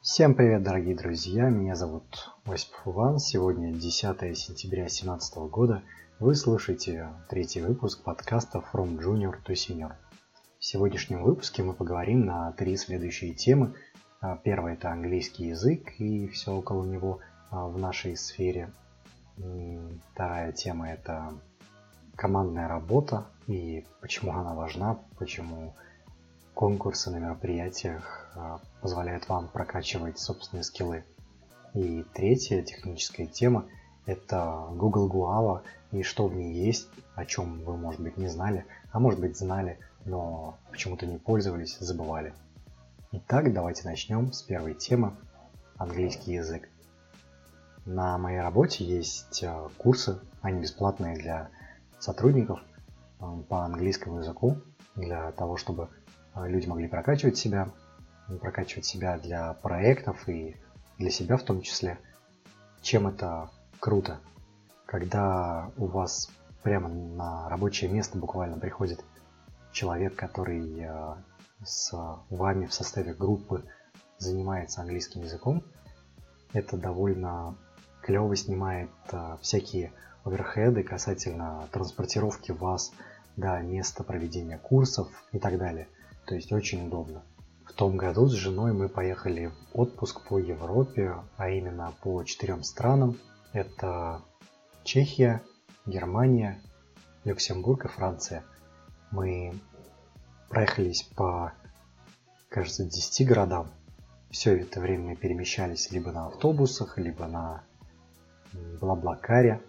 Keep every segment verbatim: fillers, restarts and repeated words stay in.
Всем привет, дорогие друзья! Меня зовут Осипов Иван. Сегодня десятое сентября две тысячи семнадцатого года. Вы слушаете третий выпуск подкаста From Junior to Senior. В сегодняшнем выпуске мы поговорим на три следующие темы. Первая – это английский язык и все около него в нашей сфере. Вторая тема – это командная работа и почему она важна, почему конкурсы на мероприятиях позволяют вам прокачивать собственные скиллы. И третья техническая тема – это Google Guava и что в ней есть, о чем вы, может быть, не знали, а может быть, знали, но почему-то не пользовались, забывали. Итак, давайте начнем с первой темы – английский язык. На моей работе есть курсы, они бесплатные для сотрудников по английскому языку, для того, чтобы люди могли прокачивать себя, прокачивать себя для проектов и для себя в том числе. Чем это круто? Когда у вас прямо на рабочее место буквально приходит человек, который с вами в составе группы занимается английским языком, это довольно клево снимает всякие оверхеды касательно транспортировки вас до места проведения курсов и так далее. То есть очень удобно. В том году с женой мы поехали в отпуск по Европе, а именно по четырем странам. Это Чехия, Германия, Люксембург и Франция. Мы проехались по, кажется, десяти городам. Все это время мы перемещались либо на автобусах, либо на Блаблакаре.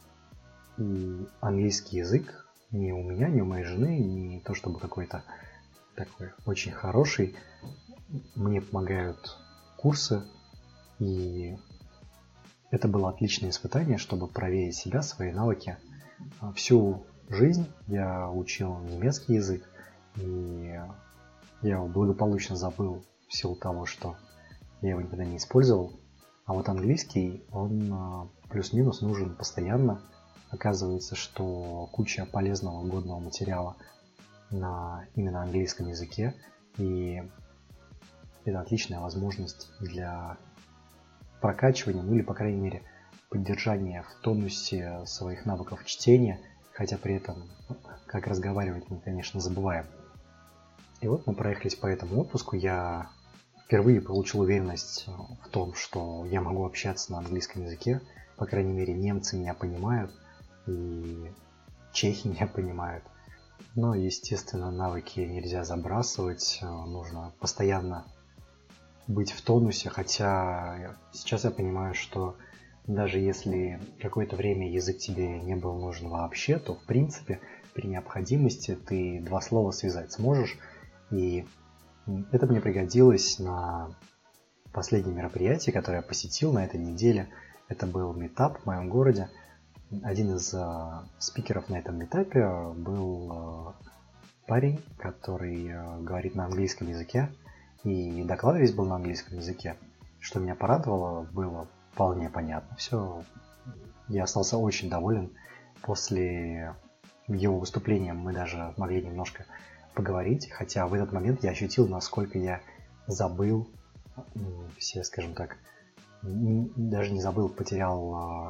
И английский язык ни у меня, ни у моей жены, не то чтобы какой-то такой очень хороший. Мне помогают курсы, и это было отличное испытание, чтобы проверить себя, свои навыки. Всю жизнь я учил немецкий язык, и я его благополучно забыл в силу того, что я его никогда не использовал. А вот английский, он плюс-минус нужен постоянно. Оказывается, что куча полезного, годного материала на именно английском языке, и это отличная возможность для прокачивания, ну или, по крайней мере, поддержания в тонусе своих навыков чтения, хотя при этом, как разговаривать, мы, конечно, забываем. И вот мы проехались по этому отпуску, я впервые получил уверенность в том, что я могу общаться на английском языке, по крайней мере, немцы меня понимают, и чехи меня понимают. Но, естественно, навыки нельзя забрасывать, нужно постоянно быть в тонусе, хотя сейчас я понимаю, что даже если какое-то время язык тебе не был нужен вообще, то, в принципе, при необходимости ты два слова связать сможешь, и это мне пригодилось на последнем мероприятии, которое я посетил на этой неделе. Это был митап в моем городе. Один из э, спикеров на этом митапе был э, парень, который э, говорит на английском языке, и доклад весь был на английском языке. Что меня порадовало, было вполне понятно все. Я остался очень доволен. После его выступления мы даже могли немножко поговорить, хотя в этот момент я ощутил, насколько я забыл все, скажем так, даже не забыл, потерял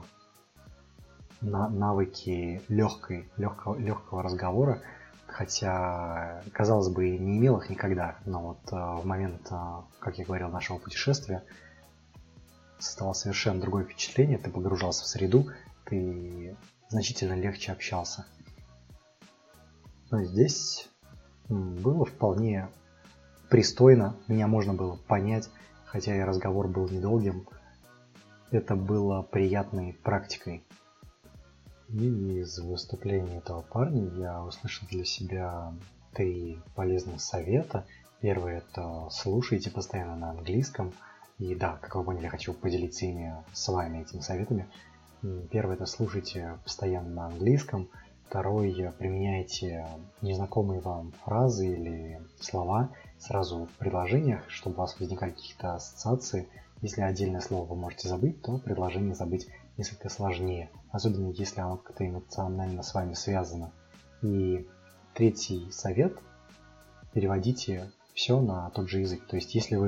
навыки легкой, легкого, легкого разговора, хотя, казалось бы, не имел их никогда, но вот в момент, как я говорил, нашего путешествия создавалось совершенно другое впечатление, ты погружался в среду, ты значительно легче общался. Но здесь было вполне пристойно, меня можно было понять, хотя и разговор был недолгим, это было приятной практикой. И из выступления этого парня я услышал для себя три полезных совета. Первый – это слушайте постоянно на английском. И да, как вы поняли, я хочу поделиться ими с вами, этими советами. Первый – это слушайте постоянно на английском. Второй – применяйте незнакомые вам фразы или слова сразу в предложениях, чтобы у вас возникали какие-то ассоциации. Если отдельное слово вы можете забыть, то предложение забыть несколько сложнее, особенно если оно как-то эмоционально с вами связано. И третий совет – переводите все на тот же язык. То есть, если вы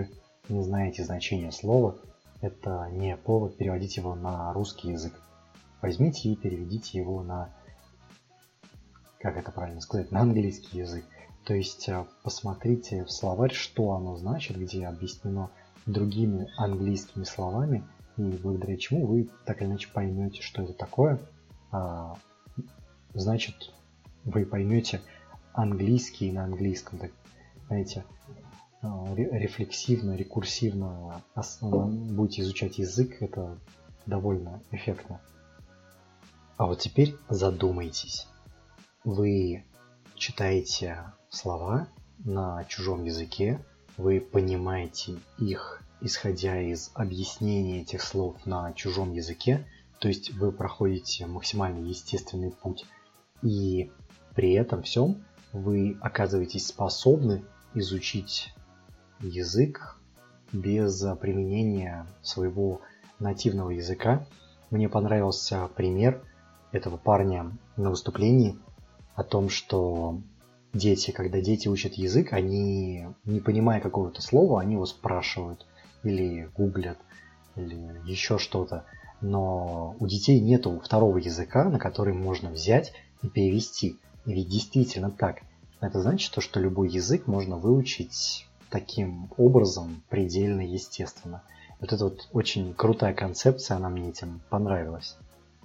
не знаете значение слова, это не повод переводить его на русский язык. Возьмите и переведите его на, как это правильно сказать, на английский язык. То есть посмотрите в словарь, что оно значит, где объяснено другими английскими словами, и благодаря чему вы так или иначе поймете, что это такое. А, значит, вы поймете английский на английском, так, знаете, рефлексивно, рекурсивно будете изучать язык, это довольно эффектно. А вот теперь задумайтесь. Вы читаете слова на чужом языке, вы понимаете их, исходя из объяснения этих слов на чужом языке, то есть вы проходите максимально естественный путь, и при этом всем вы оказываетесь способны изучить язык без применения своего нативного языка. Мне понравился пример этого парня на выступлении о том, что дети, когда дети учат язык, они, не понимая какого-то слова, они его спрашивают или гуглят, или еще что-то. Но у детей нету второго языка, на который можно взять и перевести. И ведь действительно так. Это значит, что любой язык можно выучить таким образом предельно естественно. Вот это вот очень крутая концепция, она мне этим понравилась.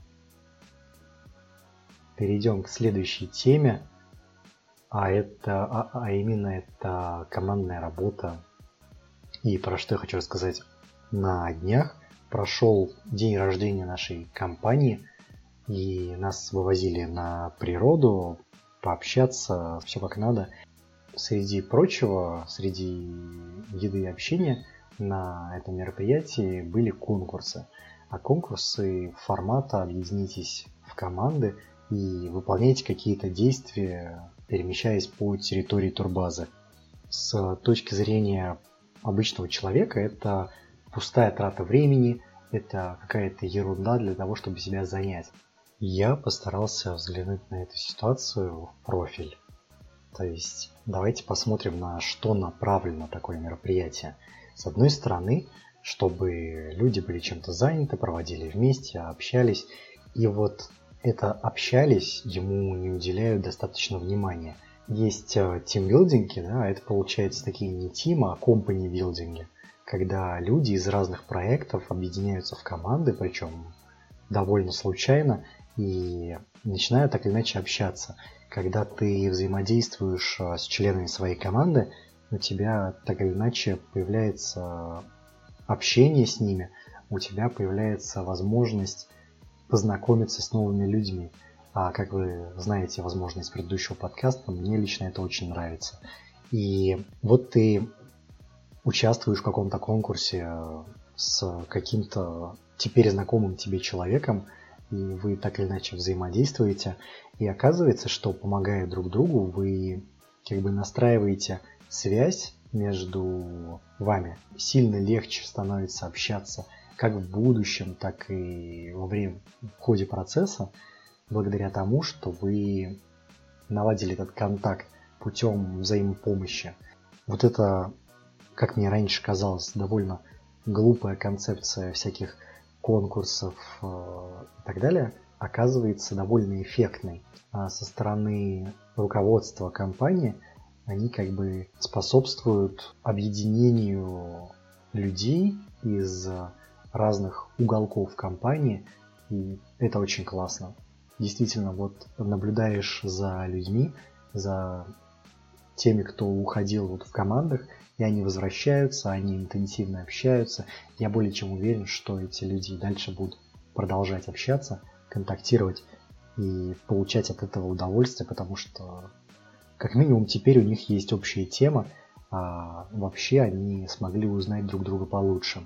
Перейдем к следующей теме, а это, а, а именно это командная работа. И про что я хочу рассказать. На днях прошел день рождения нашей компании, и нас вывозили на природу пообщаться, все как надо. Среди прочего, среди еды и общения на этом мероприятии были конкурсы. А конкурсы формата «Объединитесь в команды и выполняйте какие-то действия, перемещаясь по территории турбазы». С точки зрения обычного человека это пустая трата времени, это какая-то ерунда для того, чтобы себя занять. Я постарался взглянуть на эту ситуацию в профиль. То есть давайте посмотрим, на что направлено такое мероприятие. С одной стороны, чтобы люди были чем-то заняты, проводили вместе, общались. И вот это общались ему не уделяют достаточно внимания. Есть тимбилдинги, да, это получается такие не тим, а компани-билдинги, когда люди из разных проектов объединяются в команды, причем довольно случайно, и начинают так или иначе общаться. Когда ты взаимодействуешь с членами своей команды, у тебя так или иначе появляется общение с ними, у тебя появляется возможность познакомиться с новыми людьми. А как вы знаете, возможно, из предыдущего подкаста, мне лично это очень нравится. И вот ты участвуешь в каком-то конкурсе с каким-то теперь знакомым тебе человеком, и вы так или иначе взаимодействуете, и оказывается, что, помогая друг другу, вы как бы настраиваете связь между вами. Сильно легче становится общаться как в будущем, так и во время, в ходе процесса, благодаря тому, что вы наладили этот контакт путем взаимопомощи. Вот это, как мне раньше казалось, довольно глупая концепция всяких конкурсов и так далее, оказывается довольно эффектной. А со стороны руководства компании они как бы способствуют объединению людей из разных уголков компании, и это очень классно. Действительно, вот наблюдаешь за людьми, за теми, кто уходил вот в командах, и они возвращаются, они интенсивно общаются. Я более чем уверен, что эти люди дальше будут продолжать общаться, контактировать и получать от этого удовольствие, потому что как минимум теперь у них есть общая тема, а вообще они смогли узнать друг друга получше.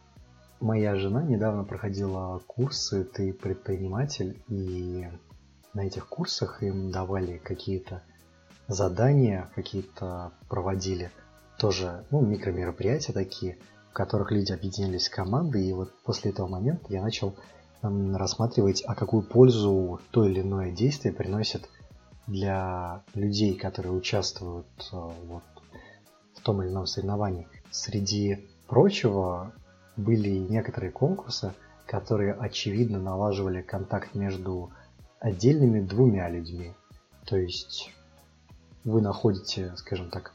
Моя жена недавно проходила курсы «Ты предприниматель», и на этих курсах им давали какие-то задания, какие-то проводили тоже, ну, микромероприятия такие, в которых люди объединялись в команды, и вот после этого момента я начал м, рассматривать, а какую пользу то или иное действие приносит для людей, которые участвуют э, вот, в том или ином соревновании. Среди прочего, были некоторые конкурсы, которые очевидно налаживали контакт между отдельными двумя людьми. То есть вы находите, скажем так,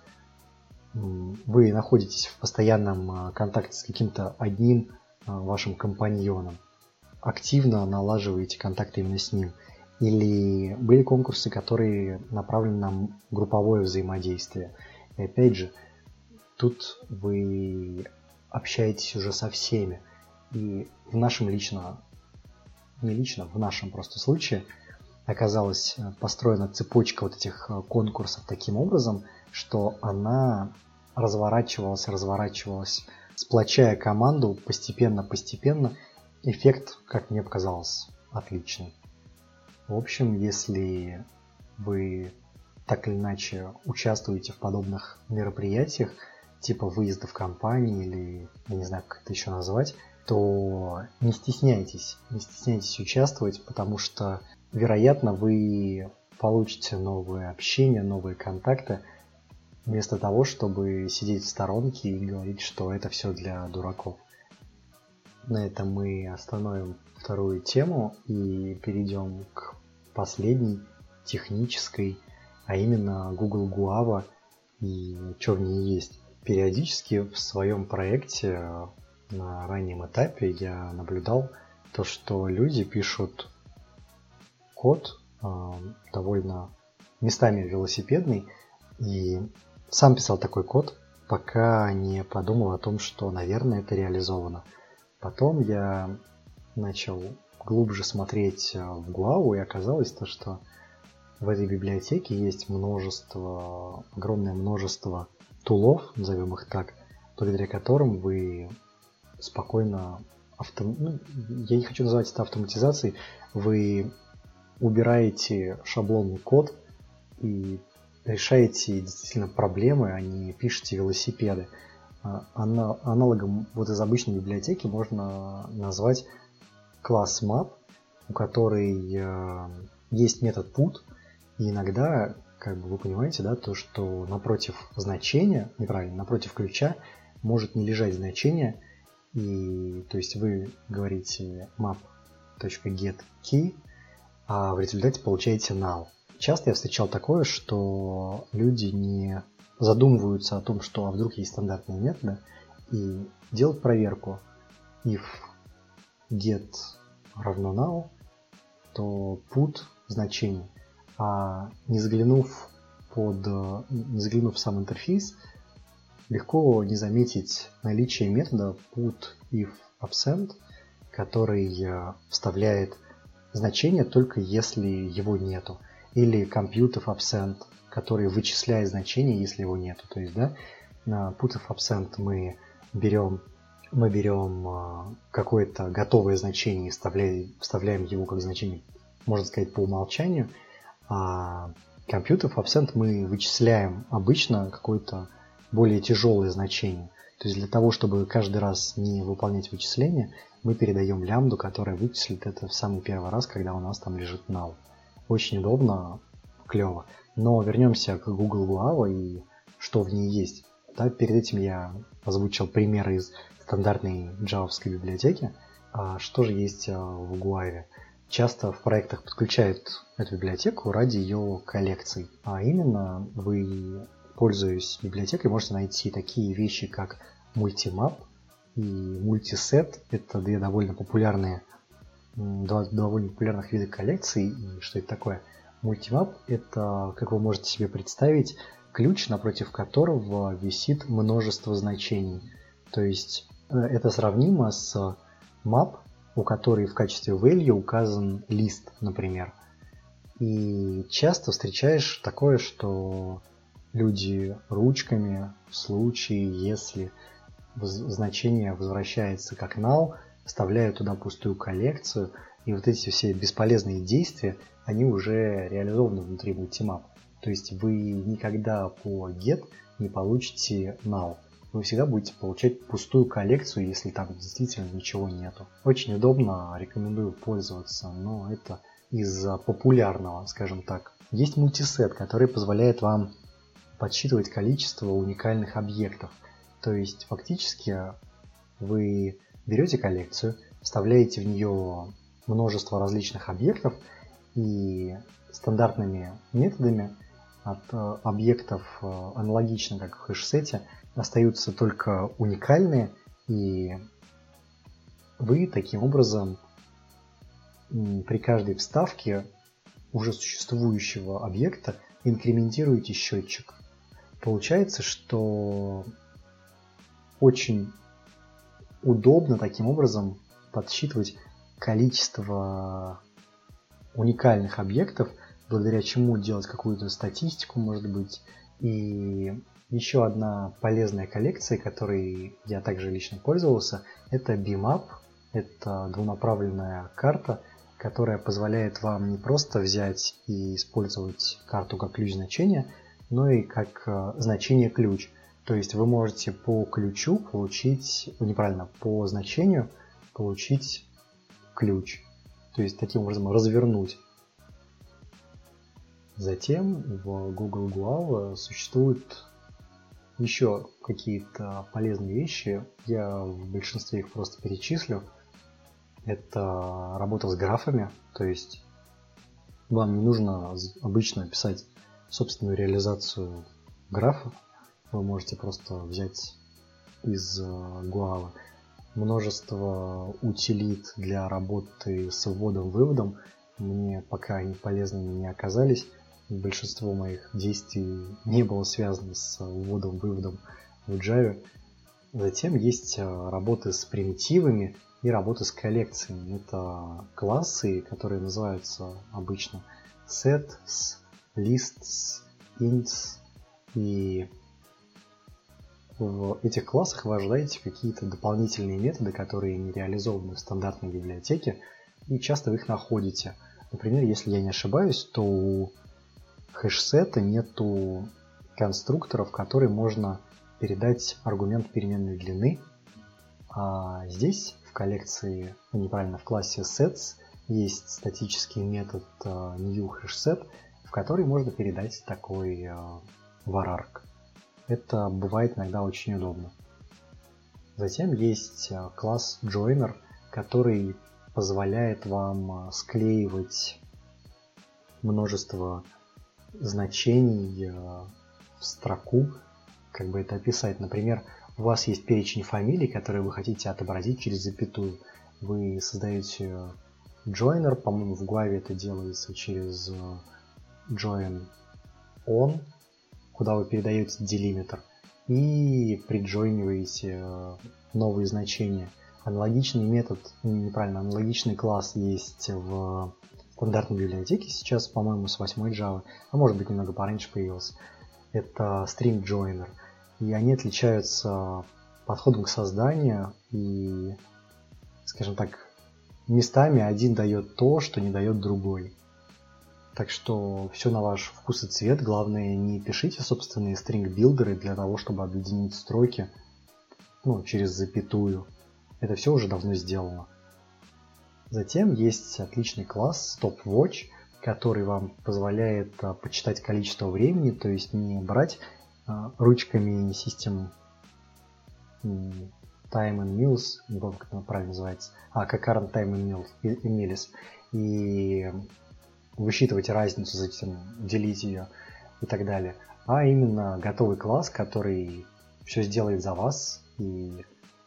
вы находитесь в постоянном контакте с каким-то одним вашим компаньоном, активно налаживаете контакт именно с ним. Или были конкурсы, которые направлены на групповое взаимодействие. И опять же, тут вы общаетесь уже со всеми. И в нашем лично, не лично, в нашем просто случае оказалась построена цепочка вот этих конкурсов таким образом, что она разворачивалась, разворачивалась, сплочая команду постепенно-постепенно. Эффект, как мне показалось, отличный. В общем, если вы так или иначе участвуете в подобных мероприятиях, типа выезда в компании или, я не знаю, как это еще назвать, то не стесняйтесь, не стесняйтесь участвовать, потому что, вероятно, вы получите новое общение, новые контакты, вместо того, чтобы сидеть в сторонке и говорить, что это все для дураков. На этом мы остановим вторую тему и перейдем к последней, технической, а именно Google Guava и что в ней есть. Периодически в своем проекте на раннем этапе я наблюдал то, что люди пишут код э, довольно местами велосипедный, и сам писал такой код, пока не подумал о том, что, наверное, это реализовано. Потом я начал глубже смотреть в Guava, и оказалось то, что в этой библиотеке есть множество, огромное множество тулов, назовем их так, благодаря которым вы спокойно, авто... ну, я не хочу называть это автоматизацией, вы убираете шаблонный код и решаете действительно проблемы, а не пишете велосипеды. Аналогом вот из обычной библиотеки можно назвать класс map, у которой есть метод put, и иногда, как бы вы понимаете, да, то, что напротив значения, неправильно, напротив ключа может не лежать значение, и то есть вы говорите map.getKey, а в результате получаете null. Часто я встречал такое, что люди не задумываются о том, что а вдруг есть стандартные методы, и делают проверку. If get равно null, то put значение. А не заглянув под, не заглянув в сам интерфейс, легко не заметить наличие метода put if absent, который вставляет значение только если его нету, или compute if absent, который вычисляет значение, если его нету. То есть, да, на put if absent мы берем, мы берем какое-то готовое значение и вставляем, вставляем его как значение, можно сказать, по умолчанию, а compute if absent мы вычисляем обычно какое-то более тяжелое значение. То есть для того, чтобы каждый раз не выполнять вычисление, мы передаем лямбду, которая вычислит это в самый первый раз, когда у нас там лежит null. Очень удобно, клево. Но вернемся к Google Guava и что в ней есть. Да, перед этим я озвучил примеры из стандартной джавовской библиотеки. А что же есть в Guava? Часто в проектах подключают эту библиотеку ради ее коллекций. А именно вы, пользуясь библиотекой, можете найти такие вещи, как multimap и multiset. Это две довольно популярные, два довольно популярных вида коллекций. И что это такое? Multimap – это, как вы можете себе представить, ключ, напротив которого висит множество значений. То есть это сравнимо с map, у которой в качестве value указан лист, например. И часто встречаешь такое, что люди ручками в случае, если значение возвращается как null, вставляют туда пустую коллекцию, и вот эти все бесполезные действия, они уже реализованы внутри multimap. То есть вы никогда по get не получите null. Вы всегда будете получать пустую коллекцию, если там действительно ничего нету. Очень удобно, рекомендую пользоваться, но это из популярного, скажем так. Есть мультисет, который позволяет вам подсчитывать количество уникальных объектов. То есть фактически вы берете коллекцию, вставляете в нее множество различных объектов и стандартными методами от объектов, аналогично как в хэш-сете, остаются только уникальные, и вы таким образом при каждой вставке уже существующего объекта инкрементируете счетчик. Получается, что очень удобно таким образом подсчитывать количество уникальных объектов, благодаря чему делать какую-то статистику, может быть. И еще одна полезная коллекция, которой я также лично пользовался, это BeamUp. Это двунаправленная карта, которая позволяет вам не просто взять и использовать карту как ключ значения, но и как значение ключ. То есть вы можете по ключу получить, неправильно, по значению получить ключ. То есть таким образом развернуть. Затем в Google Guava существуют еще какие-то полезные вещи. Я в большинстве их просто перечислю. Это работа с графами. То есть вам не нужно обычно писать собственную реализацию графов. Вы можете просто взять из Guava множество утилит для работы с вводом-выводом. Мне пока они полезными не оказались. Большинство моих действий не было связано с вводом-выводом в Java. Затем есть работы с примитивами и работы с коллекциями. Это классы, которые называются обычно sets, lists, ints, и в этих классах вы ожидаете какие-то дополнительные методы, которые не реализованы в стандартной библиотеке, и часто вы их находите. Например, если я не ошибаюсь, то у хэш-сета нету конструкторов, в которые можно передать аргумент переменной длины, а здесь в коллекции, ну, неправильно, в классе sets есть статический метод newHashSet, в который можно передать такой vararg. Это бывает иногда очень удобно. Затем есть класс joiner, который позволяет вам склеивать множество значений в строку, как бы это описать. Например, у вас есть перечень фамилий, которые вы хотите отобразить через запятую. Вы создаете joiner, по-моему, в Guava это делается через join on, куда вы передаете делимитр и приджойниваете новые значения. Аналогичный метод, неправильно, аналогичный класс есть в стандартной библиотеке сейчас, по-моему, с восьмой Java, а может быть немного пораньше появился. Это string joiner. И они отличаются подходом к созданию и, скажем так, местами один дает то, что не дает другой. Так что все на ваш вкус и цвет. Главное, не пишите собственные string-билдеры для того, чтобы объединить строки, ну, через запятую. Это все уже давно сделано. Затем есть отличный класс stopwatch, который вам позволяет а, почитать количество времени, то есть не брать а, ручками System Time and Mills, не помню, как это правильно называется, а concurrent Time and Mills, и высчитывать разницу, затем делить ее и так далее, а именно готовый класс, который все сделает за вас и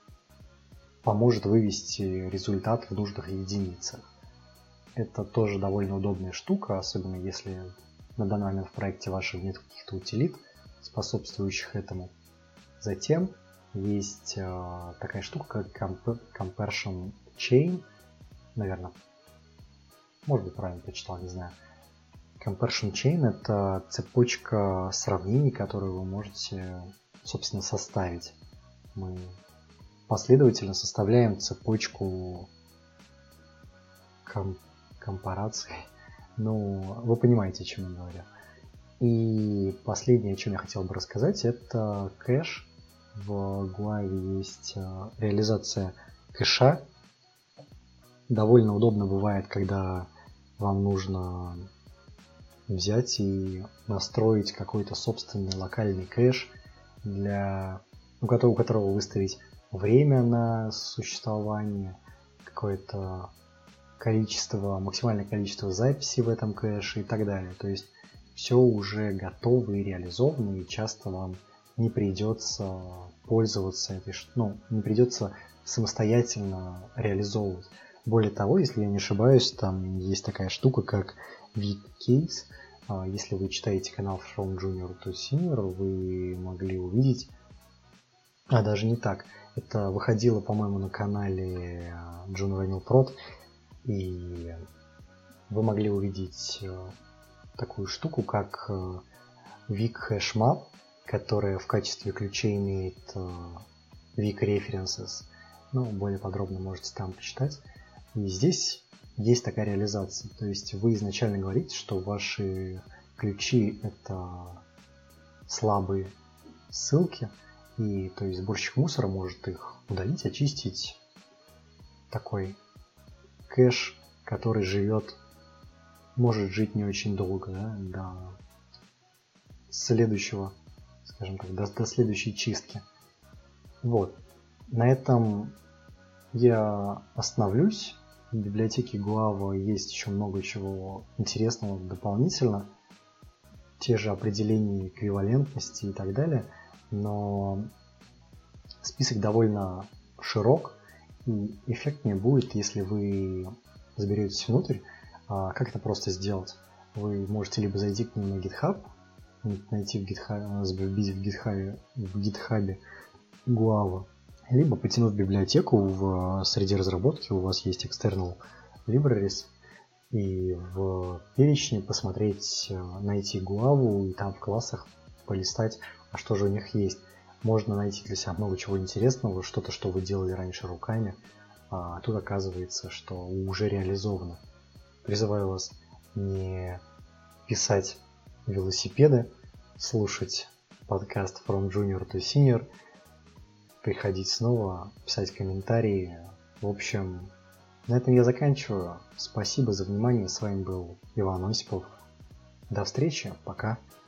поможет вывести результат в нужных единицах. Это тоже довольно удобная штука, особенно если на данный момент в проекте вашем нет каких-то утилит, способствующих этому. Затем есть э, такая штука, как comp- comparison chain, наверное. Может быть, правильно прочитал, не знаю. Comparison chain — это цепочка сравнений, которую вы можете, собственно, составить. Мы последовательно составляем цепочку ком- компараций. Ну, вы понимаете, о чем я говорю. И последнее, о чем я хотел бы рассказать, это кэш. В Guava есть реализация кэша. Довольно удобно бывает, когда вам нужно взять и настроить какой-то собственный локальный кэш для у которого, у которого выставить время на существование, какое-то количество, максимальное количество записей в этом кэше и так далее. То есть все уже готово и реализовано, и часто вам не придется пользоваться этой, ну, не придется самостоятельно реализовывать. Более того, если я не ошибаюсь, там есть такая штука, как Wikicase. Если вы читаете канал From Junior to Senior, вы могли увидеть, а даже не так, это выходило, по-моему, на канале John Vanill Prod, и вы могли увидеть такую штуку, как Weak Hash Map, которая в качестве ключей имеет Weak References. Ну, более подробно можете там почитать. И здесь есть такая реализация. То есть вы изначально говорите, что ваши ключи — это слабые ссылки, и то есть сборщик мусора может их удалить, очистить. Такой кэш, который живет, может жить не очень долго, да, до следующего, скажем так, до, до следующей чистки. Вот. На этом я остановлюсь. В библиотеке Guava есть еще много чего интересного дополнительно. Те же определения эквивалентности и так далее. Но список довольно широк, и эффектнее будет, если вы заберетесь внутрь. Как это просто сделать? Вы можете либо зайти к ним на GitHub, найти в GitHub, вбить в GitHub, в GitHub Guava, либо потянуть в библиотеку, в среде разработки у вас есть external libraries, и в перечне посмотреть, найти Guava и там в классах полистать, а что же у них есть. Можно найти для себя много чего интересного, что-то, что вы делали раньше руками, а тут оказывается, что уже реализовано. Призываю вас не писать велосипеды, слушать подкаст From Junior to Senior, приходить снова, писать комментарии. В общем, на этом я заканчиваю. Спасибо за внимание. С вами был Иван Осипов. До встречи. Пока.